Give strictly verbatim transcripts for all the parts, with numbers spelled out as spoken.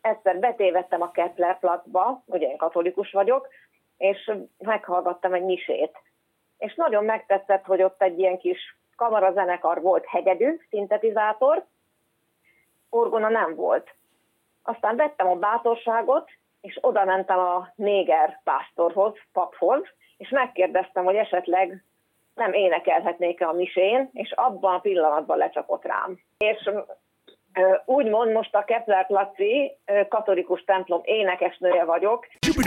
egyszer betévedtem a Keplerplatzba, ugye én katolikus vagyok, és meghallgattam egy misét. És nagyon megtetszett, hogy ott egy ilyen kis kamarazenekar volt, hegedű, szintetizátor, orgona nem volt. Aztán vettem a bátorságot, és oda mentem a néger pásztorhoz, paphoz, és megkérdeztem, hogy esetleg nem énekelhetnék-e a misén, és abban a pillanatban lecsapott rám. És úgymond most a Kepler-Placi katolikus templom énekesnője vagyok.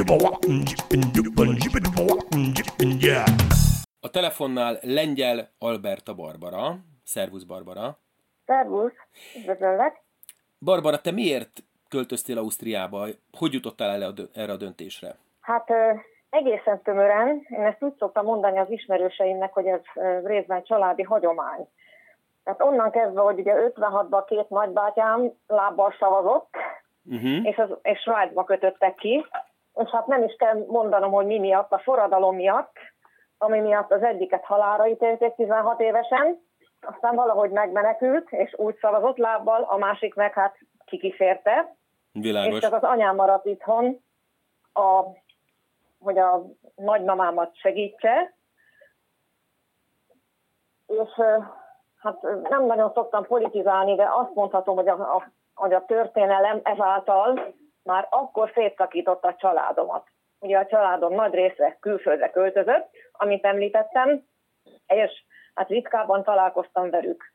A telefonnál Lengyel Alberta Barbara. Szervusz, Barbara. Szervusz, üdvözöllek. Barbara, te miért költöztél Ausztriába? Hogy jutottál el erre a döntésre? Hát egészen tömören. Én ezt úgy szoktam mondani az ismerőseimnek, hogy ez részben családi hagyomány. Tehát onnan kezdve, hogy ugye ötvenhatban két nagybátyám lábbal szavazott, uh-huh. és, az, és Svájcba kötöttek ki, és hát nem is kell mondanom, hogy mi miatt, a forradalom miatt, ami miatt az egyiket halálra ítélték tizenhat évesen, aztán valahogy megmenekült, és úgy szavazott lábbal, a másik meg hát kikísérte. Világos. És csak az anyám maradt itthon, a, hogy a nagymamámat segítse, és hát nem nagyon szoktam politizálni, de azt mondhatom, hogy a, a, hogy a történelem ezáltal már akkor szétszakította a családomat. Ugye a családom nagy része külföldre költözött, amit említettem, és hát ritkábban találkoztam velük.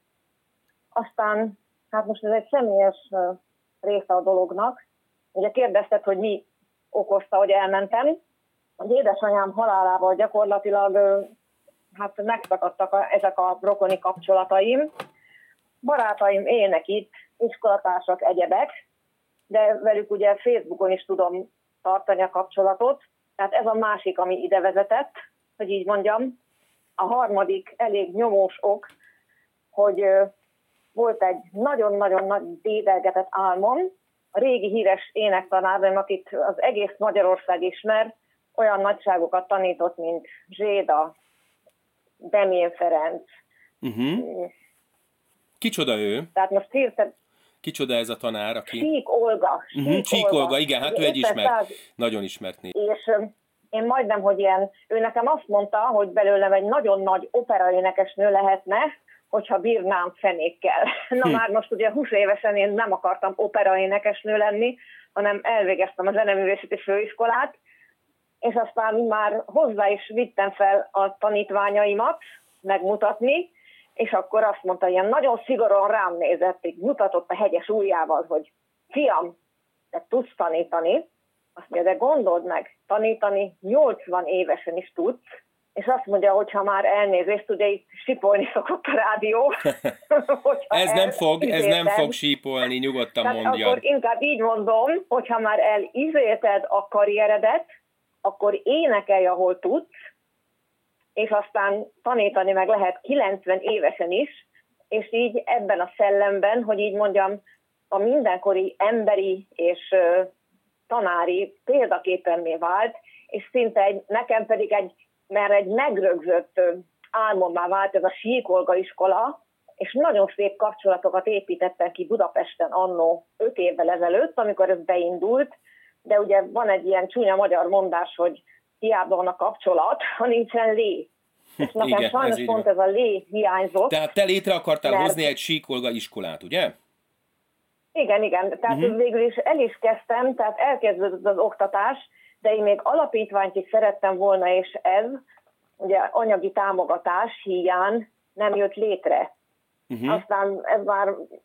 Aztán, hát most ez egy személyes része a dolognak. Ugye kérdezted, hogy mi okozta, hogy elmentem. Az édesanyám halálával gyakorlatilag hát megszakadtak a, ezek a rokoni kapcsolataim. Barátaim élnek itt, iskolatársak, egyebek, de velük ugye Facebookon is tudom tartani a kapcsolatot. Tehát ez a másik, ami ide vezetett, hogy így mondjam. A harmadik elég nyomós ok, hogy volt egy nagyon-nagyon nagy dédelgetett álmom, a régi híres énektanárom, akit az egész Magyarország ismer, olyan nagyságokat tanított, mint Zséda, Demjén Ferenc. Uh-huh. Kicsoda ő? Tehát most hirtelen... Kicsoda ez a tanár, aki... Sík Olga. Sík, uh-huh. Sík Olga, igen, hát ő egy ismert, száz... nagyon ismert név. És én majdnem, hogy ilyen, ő nekem azt mondta, hogy belőlem egy nagyon nagy operaénekesnő lehetne, hogyha bírnám fenékkel. Na hm. már most ugye húsz évesen én nem akartam operaénekesnő lenni, hanem elvégeztem a zeneművészeti főiskolát, és aztán már hozzá is vittem fel a tanítványaimat megmutatni, és akkor azt mondta, ilyen nagyon szigorúan rám nézett, így mutatott a hegyes ujjával, hogy fiam, te tudsz tanítani? Azt mondja, de gondold meg, tanítani nyolcvan évesen is tudsz, és azt mondja, hogy ha már elnézést, ugye itt sípolni szokott a rádió. ez nem fog, ez nem fog sípolni, nyugodtan tehát mondjad. Akkor inkább így mondom, hogyha már elizélted a karrieredet, akkor énekelj, ahol tudsz, és aztán tanítani meg lehet kilencven évesen is, és így ebben a szellemben, hogy így mondjam, a mindenkori emberi és uh, tanári példaképemmé vált, és szinte egy, nekem pedig egy, mert egy megrögzött uh, álmommá vált ez a Sík Olga iskola, és nagyon szép kapcsolatokat építettem ki Budapesten annó öt évvel ezelőtt, amikor ez beindult, de ugye van egy ilyen csúnya magyar mondás, hogy hiába van a kapcsolat, ha nincsen lé. És nekem igen, sajnos ez pont van. Ez a lé hiányzott. Tehát te létre akartál mert... hozni egy Sík Olga iskolát, ugye? Igen, igen. Tehát uh-huh. végül is el is kezdtem, tehát elkezdődött az oktatás, de én még alapítványt is szerettem volna, és ez ugye anyagi támogatás hiány nem jött létre. Uh-huh. Aztán ez már,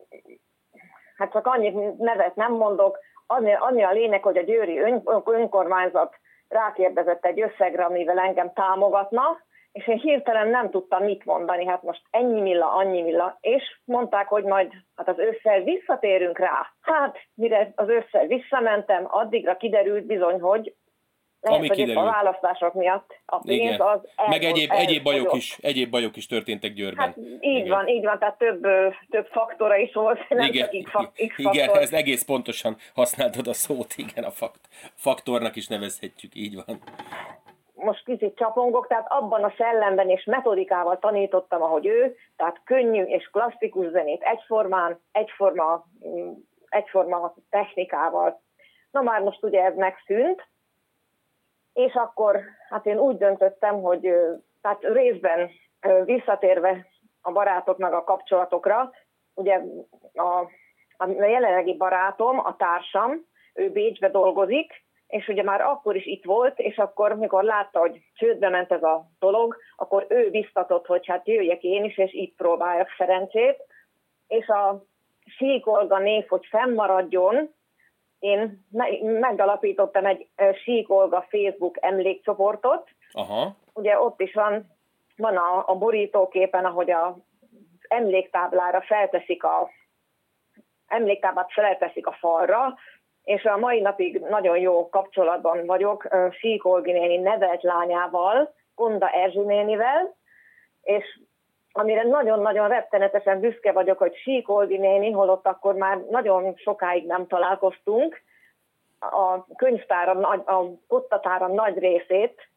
hát csak annyit nevet nem mondok, annyi, annyi a lényeg, hogy a győri ön, önkormányzat rákérdezett egy összegre, amivel engem támogatna, és én hirtelen nem tudtam mit mondani, hát most ennyi milla, annyi milla, és mondták, hogy majd hát az ősszel visszatérünk rá. Hát, mire az ősszel visszamentem, addigra kiderült bizony, hogy lehet, Ami hogy kiderült. A választások miatt a pénz igen. az el, meg egyéb, el, egyéb, bajok is, egyéb bajok is történtek Győrben. Hát így igen. van, így van, tehát több, több faktora is volt, nem igen. csak X-faktor. Igen, ez egész pontosan használtad a szót, igen, a fakt, faktornak is nevezhetjük, így van. Most kicsit csapongok, tehát abban a szellemben és metodikával tanítottam, ahogy ő, tehát könnyű és klasszikus zenét egyformán, egyforma egyforma technikával. Na már most ugye ez megszűnt, és akkor hát én úgy döntöttem, hogy tehát részben visszatérve a barátoknak a kapcsolatokra, ugye a, a jelenlegi barátom, a társam, ő Bécsbe dolgozik, és ugye már akkor is itt volt, és akkor, mikor látta, hogy csődbe ment ez a dolog, akkor ő biztatott, hogy hát jöjjek én is, és itt próbáljak szerencsét. És a Sík Olga név, hogy fennmaradjon, én megalapítottam egy Sík Olga Facebook emlékcsoportot. Aha. Ugye ott is van, van a, a borítóképen, ahogy a emléktáblára felteszik a emléktáblát felteszik a falra, és a mai napig nagyon jó kapcsolatban vagyok Sík Olgi néni nevelt lányával, Konda Erzsi nénivel, és amire nagyon-nagyon rettenetesen büszke vagyok, hogy Sík Olgi néni, holott akkor már nagyon sokáig nem találkoztunk, a könyvtáram, a kottatáram nagy részét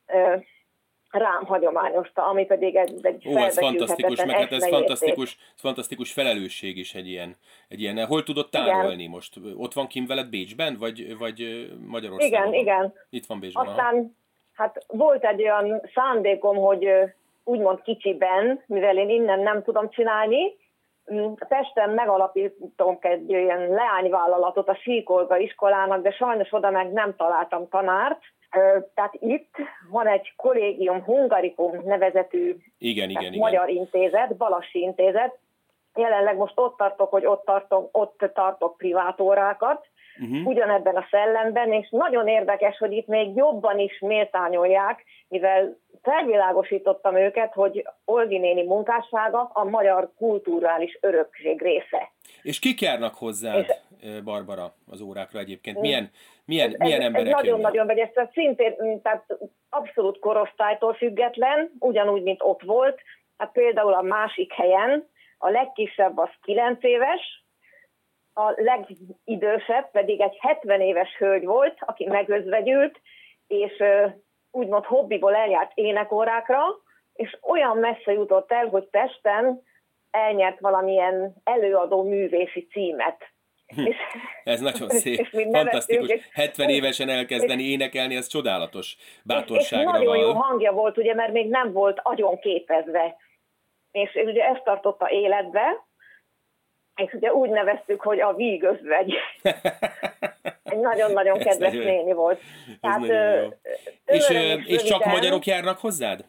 rám hagyományozta, ami pedig egy, egy Ó, ez fantasztikus, meg hát ez fantasztikus, fantasztikus felelősség is egy ilyen, egy ilyen. Hol tudod tárolni igen. most? Ott van kint veled Bécsben, vagy, vagy Magyarországon? Igen, igen. Itt van Bécsben. Aztán aha. hát volt egy olyan szándékom, hogy úgymond kicsiben, mivel én innen nem tudom csinálni, Pesten megalapítunk egy ilyen leányvállalatot a Sík Olga iskolának, de sajnos oda meg nem találtam tanárt. Tehát itt van egy kollégium Hungarikum nevezetű igen, igen, igen. magyar intézet, Balassi intézet. Jelenleg most ott tartok, hogy ott tartok, ott tartok privát órákat, uh-huh. ugyanebben a szellemben, és nagyon érdekes, hogy itt még jobban is méltányolják, mivel felvilágosítottam őket, hogy Olgi néni munkássága a magyar kulturális örökség része. És kik járnak hozzád, és Barbara, az órákra egyébként? Milyen, milyen, milyen ez, emberek ez nagyon-nagyon jönnek? vegyes, tehát szintén tehát abszolút korosztálytól független, ugyanúgy, mint ott volt. Hát például a másik helyen a legkisebb az kilenc éves, a legidősebb pedig egy hetven éves hölgy volt, aki megözvegyült, és úgymond hobbiból eljárt énekórákra, és olyan messze jutott el, hogy Pesten elnyert valamilyen előadó művészi címet. Hm. És, ez nagyon szép, fantasztikus. És, hetven évesen elkezdeni és, énekelni, ez csodálatos bátorságra és, és nagyon val. jó hangja volt, ugye, mert még nem volt agyon képezve. És, és ugye ezt tartotta életbe, és ugye úgy neveztük, hogy a vígözvegy. Egy nagyon-nagyon kedves néni volt. Tehát, ö, és, és csak magyarok járnak hozzád?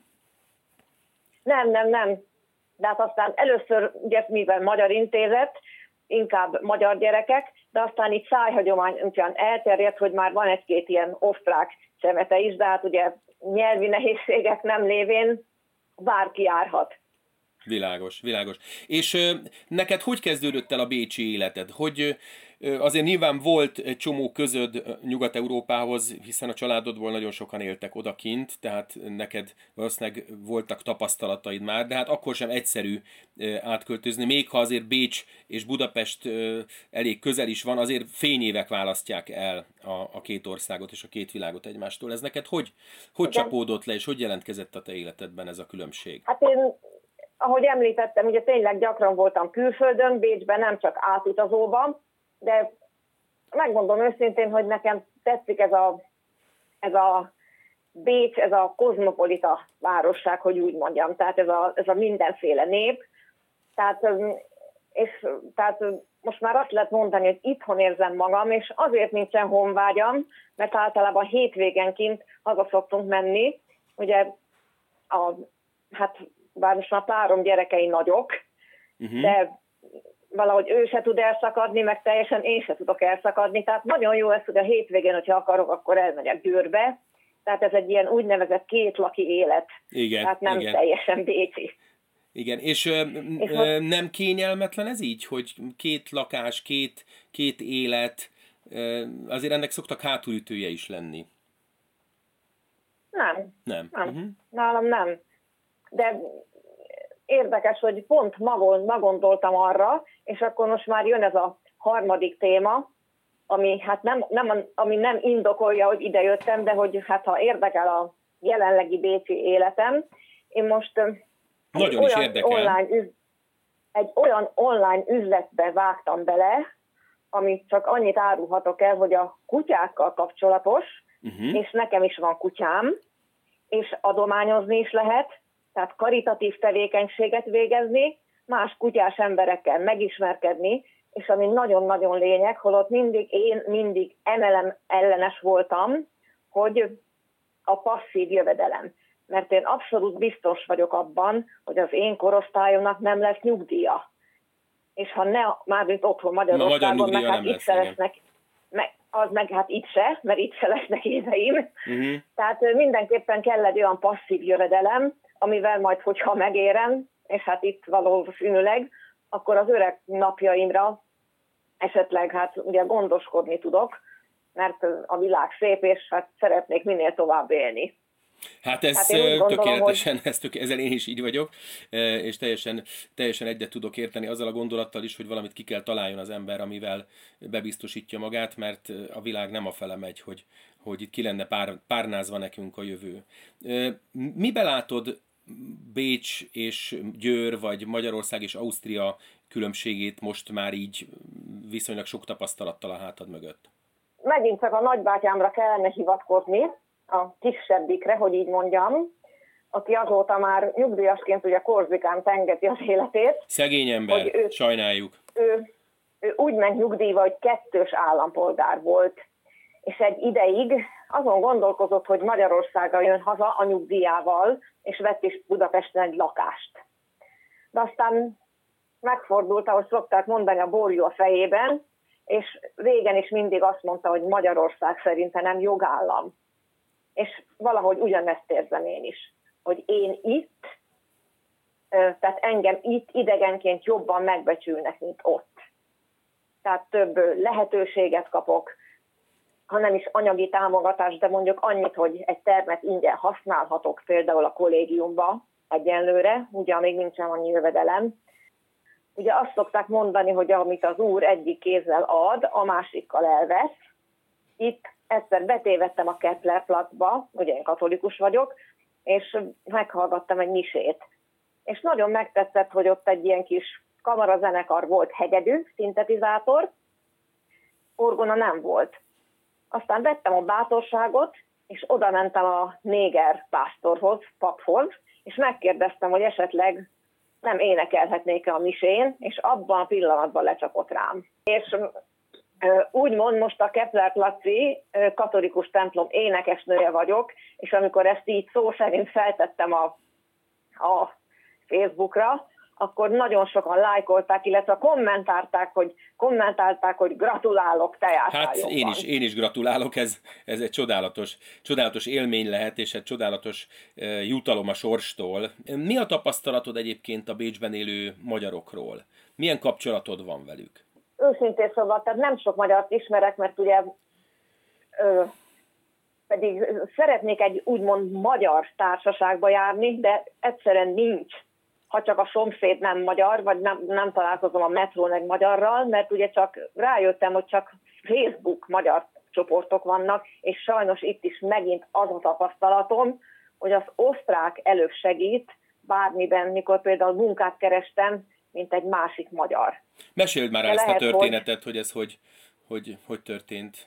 Nem, nem, nem. De hát aztán először, ugye mivel magyar intézet, inkább magyar gyerekek, de aztán itt szájhagyomány ugyan elterjedt, hogy már van egy-két ilyen osztrák szemete is, de hát ugye nyelvi nehézségek nem lévén bárki járhat. Világos, világos. És ö, neked hogy kezdődött el a bécsi életed? Hogy ö, azért nyilván volt egy csomó közöd Nyugat-Európához, hiszen a családodból nagyon sokan éltek odakint, tehát neked valószínűleg voltak tapasztalataid már, de hát akkor sem egyszerű ö, átköltözni, még ha azért Bécs és Budapest ö, elég közel is van, azért fényévek választják el a, a két országot és a két világot egymástól. Ez neked hogy, hogy csapódott le, és hogy jelentkezett a te életedben ez a különbség? Hát én ahogy említettem, ugye tényleg gyakran voltam külföldön, Bécsben, nem csak átutazóban, de megmondom őszintén, hogy nekem tetszik ez a, ez a Bécs, ez a kozmopolita városság, hogy úgy mondjam, tehát ez a, ez a mindenféle nép. Tehát, és, tehát most már azt lehet mondani, hogy itthon érzem magam, és azért nincsen honvágyam, mert általában hétvégenként haza szoktunk menni, ugye a, hát bár most már párom gyerekei nagyok, uh-huh. de valahogy ő se tud elszakadni, meg teljesen én se tudok elszakadni. Tehát nagyon jó ez, hogy a hétvégén, hogyha akarok, akkor elmegyek Győrbe. Tehát ez egy ilyen úgynevezett kétlaki élet. Igen, tehát nem igen. teljesen bécsi. Igen, és, ö, és ö, nem kényelmetlen ez így, hogy két lakás, két, két élet, ö, azért ennek szoktak hátulütője is lenni. Nem. Nem. nem. Uh-huh. Nálam nem. De érdekes, hogy pont magon, magondoltam arra, és akkor most már jön ez a harmadik téma, ami, hát nem, nem, ami nem indokolja, hogy idejöttem, de hogy hát ha érdekel a jelenlegi bécsi életem, én most Nagyon is érdekel. Online, egy olyan online üzletbe vágtam bele, amit csak annyit árulhatok el, hogy a kutyákkal kapcsolatos, uh-huh. és nekem is van kutyám, és adományozni is lehet, tehát karitatív tevékenységet végezni, más kutyás emberekkel megismerkedni, és ami nagyon-nagyon lényeg, holott mindig én mindig emelem ellenes voltam, hogy a passzív jövedelem. Mert én abszolút biztos vagyok abban, hogy az én korosztályomnak nem lesz nyugdíja. És ha ne, mármint otthon Magyarországon, meg hát itt se lesznek, meg, az meg hát itt se, mert itt se lesznek éveim. Uh-huh. Tehát mindenképpen kell egy olyan passzív jövedelem, amivel majd, hogyha megérem, és hát itt valószínűleg, akkor az öreg napjaimra esetleg hát ugye gondoskodni tudok, mert a világ szép, és hát szeretnék minél tovább élni. Hát ez hát gondolom, tökéletesen, hogy... ez tök, ezzel én is így vagyok, és teljesen, teljesen egyet tudok érteni azzal a gondolattal is, hogy valamit ki kell találjon az ember, amivel bebiztosítja magát, mert a világ nem afele megy, hogy, hogy itt ki lenne pár, párnázva nekünk a jövő. Mibe látod Bécs és Győr, vagy Magyarország és Ausztria különbségét most már így viszonylag sok tapasztalattal a hátad mögött? Megint csak a nagybátyámra kellene hivatkozni, a kisebbikre, hogy így mondjam, aki azóta már nyugdíjasként ugye Korzikán tengeti az életét. Szegény ember, ő, sajnáljuk. Ő, ő úgy ment nyugdíjba, hogy kettős állampolgár volt, és egy ideig azon gondolkozott, hogy Magyarországra jön haza a nyugdíjával, és vett is Budapesten egy lakást. De aztán megfordult, ahogy szokták mondani, a borjú a fejében, és régen is mindig azt mondta, hogy Magyarország szerintem nem jogállam. És valahogy ugyanezt érzem én is, hogy én itt, tehát engem itt idegenként jobban megbecsülnek, mint ott. Tehát több lehetőséget kapok, ha nem is anyagi támogatást, de mondjuk annyit, hogy egy termet ingyen használhatok például a kollégiumba egyenlőre, ugye még nincsen annyi jövedelem. Ugye azt szokták mondani, hogy amit az Úr egyik kézzel ad, a másikkal elvesz. Itt egyszer betévedtem a Keplerplatzba, ugye én katolikus vagyok, és meghallgattam egy misét. És nagyon megtetszett, hogy ott egy ilyen kis kamarazenekar volt, hegedű, szintetizátor, orgona nem volt. Aztán vettem a bátorságot, és oda mentem a néger pásztorhoz, paphoz, és megkérdeztem, hogy esetleg nem énekelhetnék-e a misén, és abban a pillanatban lecsapott rám. És úgymond most a Keplerplatzi katolikus templom énekesnője vagyok, és amikor ezt így szó szerint feltettem a, a Facebookra, akkor nagyon sokan lájkolták, illetve kommentálták, hogy, kommentálták, hogy gratulálok, te jártál Hát jobban. én is, én is gratulálok, ez, ez egy csodálatos, csodálatos élmény lehet, és egy csodálatos uh, jutalom a sorstól. Mi a tapasztalatod egyébként a Bécsben élő magyarokról? Milyen kapcsolatod van velük? Őszintén szóval, tehát nem sok magyart ismerek, mert ugye ö, pedig szeretnék egy úgymond magyar társaságba járni, de egyszerűen nincs. Ha csak a szomszéd nem magyar, vagy nem, nem találkozom a metrón egy magyarral, mert ugye csak rájöttem, hogy csak Facebook magyar csoportok vannak, és sajnos itt is megint az a tapasztalatom, hogy az osztrák előbb segít bármiben, mikor például munkát kerestem, mint egy másik magyar. Meséld már ezt lehet, a történetet, hogy, hogy ez hogy, hogy, hogy történt.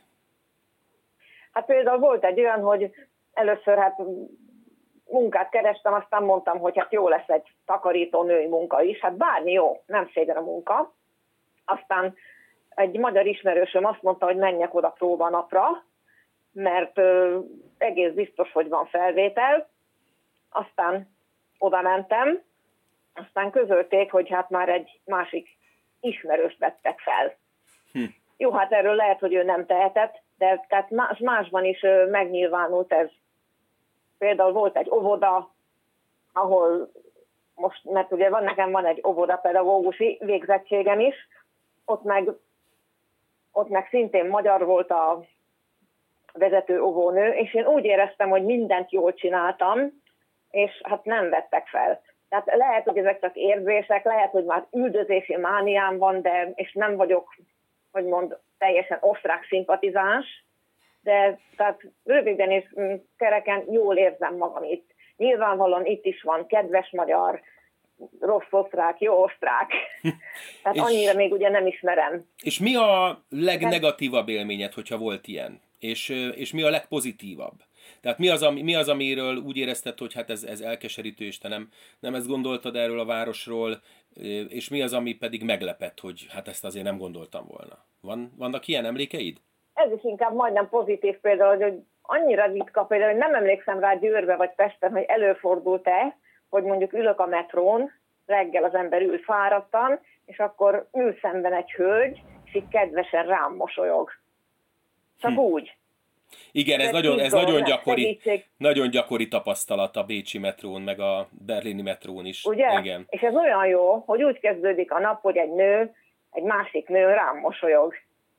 Hát például volt egy olyan, hogy először hát munkát kerestem, aztán mondtam, hogy hát jó lesz egy takarító női munka is, hát bármi jó, nem szégyen a munka. Aztán egy magyar ismerősöm azt mondta, hogy menjek oda próbanapra, mert ö, egész biztos, hogy van felvétel. Aztán oda mentem, aztán közölték, hogy hát már egy másik ismerőst vettek fel. Hm. Jó, hát erről lehet, hogy ő nem tehetett, de tehát más, másban is ö, megnyilvánult ez. Például volt egy óvoda, ahol most, mert ugye van, nekem van egy óvodapedagógusi végzettségem is, ott meg, ott meg szintén magyar volt a vezető óvónő, és én úgy éreztem, hogy mindent jól csináltam, és hát nem vettek fel. Tehát lehet, hogy ezek csak érzések, lehet, hogy már üldözési mániám van, de, és nem vagyok, hogy mond, teljesen osztrák szimpatizáns, de tehát röviden és kereken jól érzem magam itt. Nyilvánvalóan itt is van kedves magyar, rossz osztrák, jó osztrák. Tehát annyira még ugye nem ismerem. És mi a legnegatívabb élményed, hogyha volt ilyen? És, és mi a legpozitívabb? Tehát mi az, ami, mi az, amiről úgy érezted, hogy hát ez, ez elkeserítő, és te nem, nem ezt gondoltad erről a városról, és mi az, ami pedig meglepett, hogy hát ezt azért nem gondoltam volna? Van, vannak ilyen emlékeid? Ez is inkább majdnem pozitív például, hogy annyira ritka például, hogy nem emlékszem rá Győrbe vagy Pesten, hogy előfordult-e, hogy mondjuk ülök a metrón, reggel az ember ül fáradtan, és akkor ül szemben egy hölgy, és így kedvesen rám mosolyog. Csak hm. úgy. Igen, ez, nagyon, ez nagyon, gyakori, nagyon gyakori tapasztalat a bécsi metrón, meg a berlini metrón is. Ugye? Igen. És ez olyan jó, hogy úgy kezdődik a nap, hogy egy nő, egy másik nő rám mosolyog.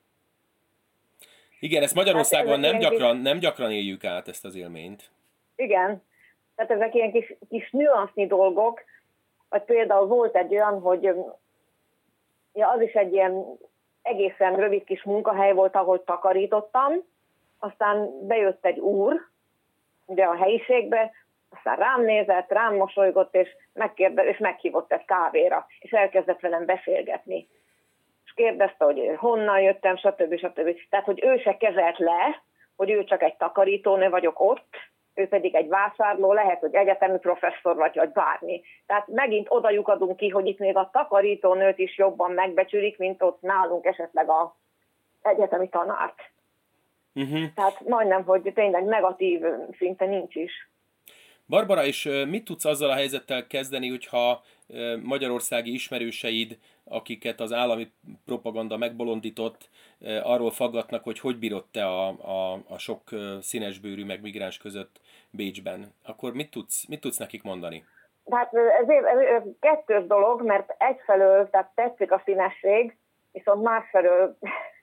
Igen, ezt Magyarországon hát nem, gyakran, kis... nem gyakran éljük át, ezt az élményt. Igen, tehát ezek ilyen kis, kis nüansznyi dolgok, vagy például volt egy olyan, hogy ja, az is egy ilyen egészen rövid kis munkahely volt, ahol takarítottam, aztán bejött egy úr, ugye a helyiségbe, aztán rám nézett, rám mosolygott, és, megkérde, és meghívott egy kávéra, és elkezdett velem beszélgetni. És kérdezte, hogy honnan jöttem, stb. stb. Tehát, hogy ő se kezelt le, hogy ő csak egy takarítónő vagyok ott, ő pedig egy vásárló, lehet, hogy egyetemi professzor vagy, vagy bármi. Tehát megint oda lyukadunk ki, hogy itt még a takarítónőt is jobban megbecsülik, mint ott nálunk esetleg az egyetemi tanárt. Uh-huh. Tehát majdnem, hogy tényleg negatív szinte nincs is. Barbara, és mit tudsz azzal a helyzettel kezdeni, hogyha magyarországi ismerőseid, akiket az állami propaganda megbolondított, arról faggatnak, hogy hogy bírod te a, a, a sok színesbőrű meg migráns között Bécsben? Akkor mit tudsz, mit tudsz nekik mondani? Hát ez, ez kettős dolog, mert egyfelől tehát tetszik a színesség, viszont másfelől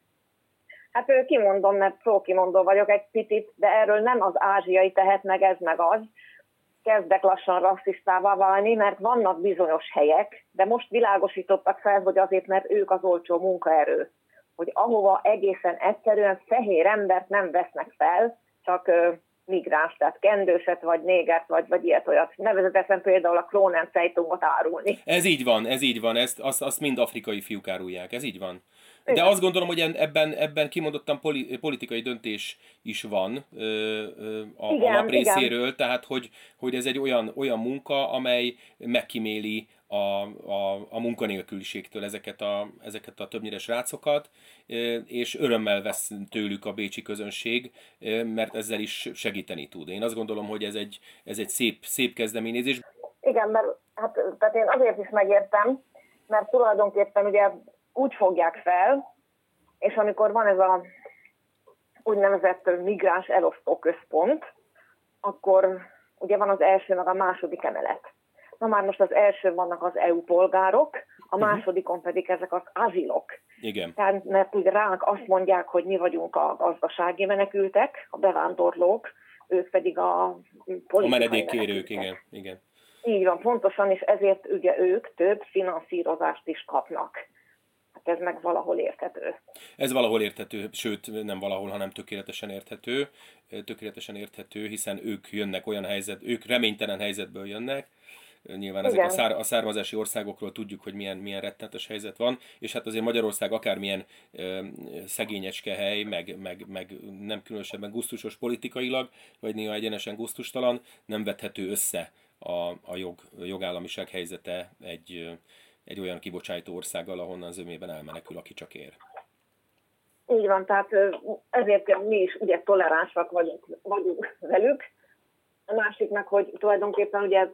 hát kimondom, mert szókimondó vagyok egy picit, de erről nem az ázsiai tehet meg ez meg az. Kezdek lassan rasszistává válni, mert vannak bizonyos helyek, de most világosítottak fel, hogy azért, mert ők az olcsó munkaerő. Hogy ahova egészen egyszerűen fehér embert nem vesznek fel, csak uh, migráns, tehát kendőset, vagy négert, vagy, vagy ilyet olyat. Nevezetesen például a Kronen Zeitungot árulni. Ez így van, ez így van, ezt, azt, azt mind afrikai fiúk árulják, ez így van. De azt gondolom, hogy ebben, ebben kimondottan politikai döntés is van ö, ö, a, igen, a lap részéről, igen. Tehát hogy, hogy ez egy olyan, olyan munka, amely megkíméli a, a, a munkanélküliségtől ezeket a, ezeket a többnyire srácokat, és örömmel vesz tőlük a bécsi közönség, mert ezzel is segíteni tud. Én azt gondolom, hogy ez egy, ez egy szép, szép kezdeményezés. Igen, mert hát, tehát én azért is megértem, mert tulajdonképpen ugye úgy fogják fel, és amikor van ez a úgynevezett migráns elosztó központ, akkor ugye van az első, meg a második emelet. Na már most az első vannak az é u polgárok, a másodikon pedig ezek az azilok. Igen. Tehát, mert ugye ránk azt mondják, hogy mi vagyunk a gazdasági menekültek, a bevándorlók, ők pedig a politikai A menedékkérők, igen, igen. Így van, pontosan, és ezért ugye ők több finanszírozást is kapnak. Hát ez meg valahol érthető. Ez valahol érthető, sőt nem valahol, hanem tökéletesen érthető. Tökéletesen érthető, hiszen ők jönnek olyan helyzet, ők reménytelen helyzetből jönnek. Nyilván ezek a, szár, a származási országokról tudjuk, hogy milyen, milyen rettenetes helyzet van, és hát azért Magyarország akármilyen ö, szegényecske hely, meg, meg, meg nem különösebben gusztusos politikailag, vagy néha egyenesen gusztustalan, nem vethető össze a, a jog, jogállamiság helyzete egy, egy olyan kibocsátó országgal, ahonnan zömében elmenekül, aki csak ér. Így van, tehát ezért mi is ugye toleránsak vagyunk, vagyunk velük. A másik meg, hogy tulajdonképpen ugye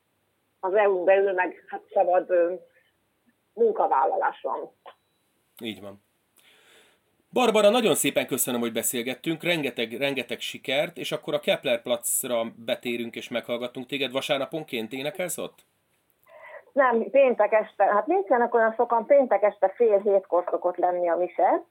az é u-n belül meg hát szabad ö, munkavállalás van. Így van. Barbara, nagyon szépen köszönöm, hogy beszélgettünk, rengeteg, rengeteg sikert, és akkor a Keplerplatzra betérünk és meghallgatunk téged. Vasárnaponként énekelsz ott? Nem, péntek este, hát nincsenek olyan sokan, péntek este fél hétkor szokott lenni a mise.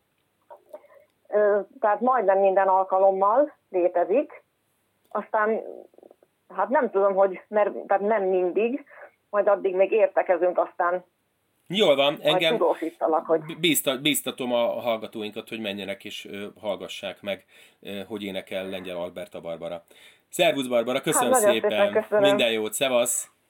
Ö, tehát majdnem minden alkalommal létezik. Aztán hát nem tudom, hogy, mert tehát nem mindig, majd addig még értekezünk, aztán jól van, engem hogy... bíztat, bíztatom a hallgatóinkat, hogy menjenek és ö, hallgassák meg, ö, hogy énekel Lengyel Alberta Barbara. Szervusz Barbara, köszönöm hát, szépen, szépen köszönöm. Minden jót, szevasz!